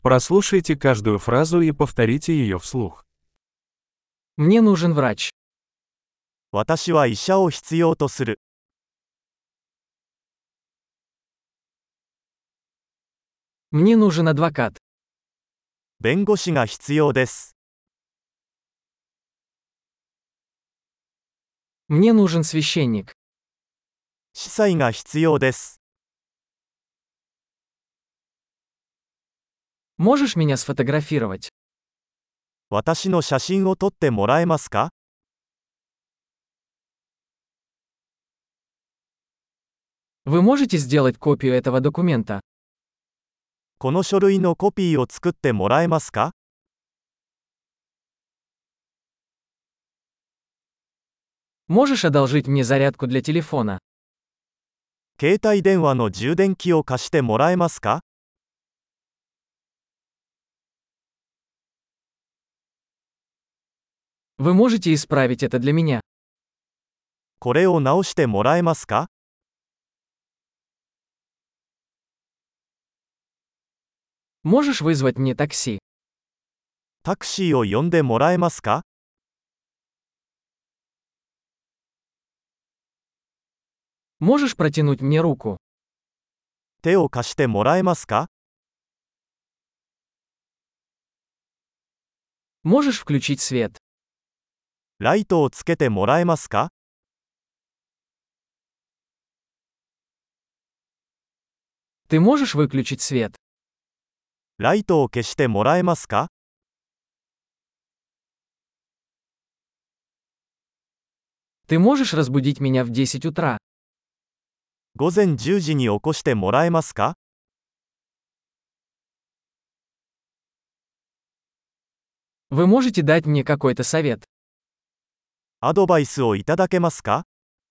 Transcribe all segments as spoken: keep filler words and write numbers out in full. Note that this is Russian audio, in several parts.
Прослушайте каждую фразу и повторите ее вслух. Мне нужен врач. 私は医者を必要とする。 Мне нужен адвокат. 弁護士が必要です。 Мне нужен священник. 司祭が必要です。 Можешь меня сфотографировать? 私の写真を撮ってもらえますか？ Вы можете сделать копию этого документа? この書類のコピーを作ってもらえますか？ Можешь одолжить мне зарядку для телефона? 携帯電話の充電器を貸してもらえますか？ Вы можете исправить это для меня? これを直してもらえますか？ Можешь вызвать мне такси? タクシーを呼んでもらえますか？ Можешь протянуть мне руку? 手を貸してもらえますか？ Можешь включить свет? ライトをつけてもらえますか？ Ты можешь выключить свет? ライトを消してもらえますか？ Ты можешь разбудить меня в десять утра? 午前じゅうじに起こしてもらえますか？ Вы можете дать мне какой-то совет? アドバイスをいただけますか？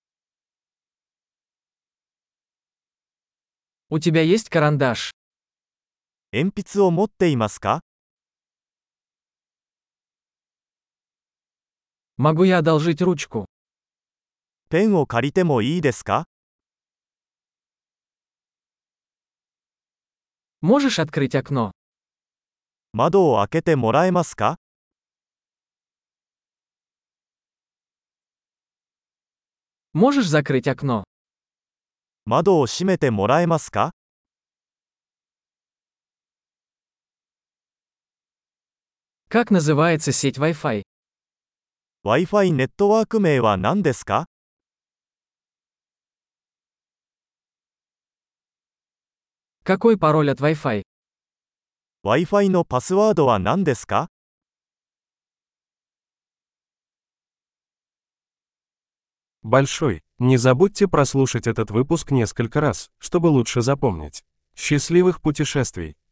У тебя есть карандаш? 鉛筆を持っていますか？ Могу я одолжить ручку? ペンを借りてもいいですか？ Можешь открыть окно? 窓を開けてもらえますか？ Можешь закрыть окно? 窓を閉めてもらえますか？ Как называется сеть Wi-Fi? Wi-Fi ネットワーク名は何ですか？ Какой пароль от Wi-Fi? Wi-Fi のパスワードは何ですか？ Большой. Не забудьте прослушать этот выпуск несколько раз, чтобы лучше запомнить. Счастливых путешествий!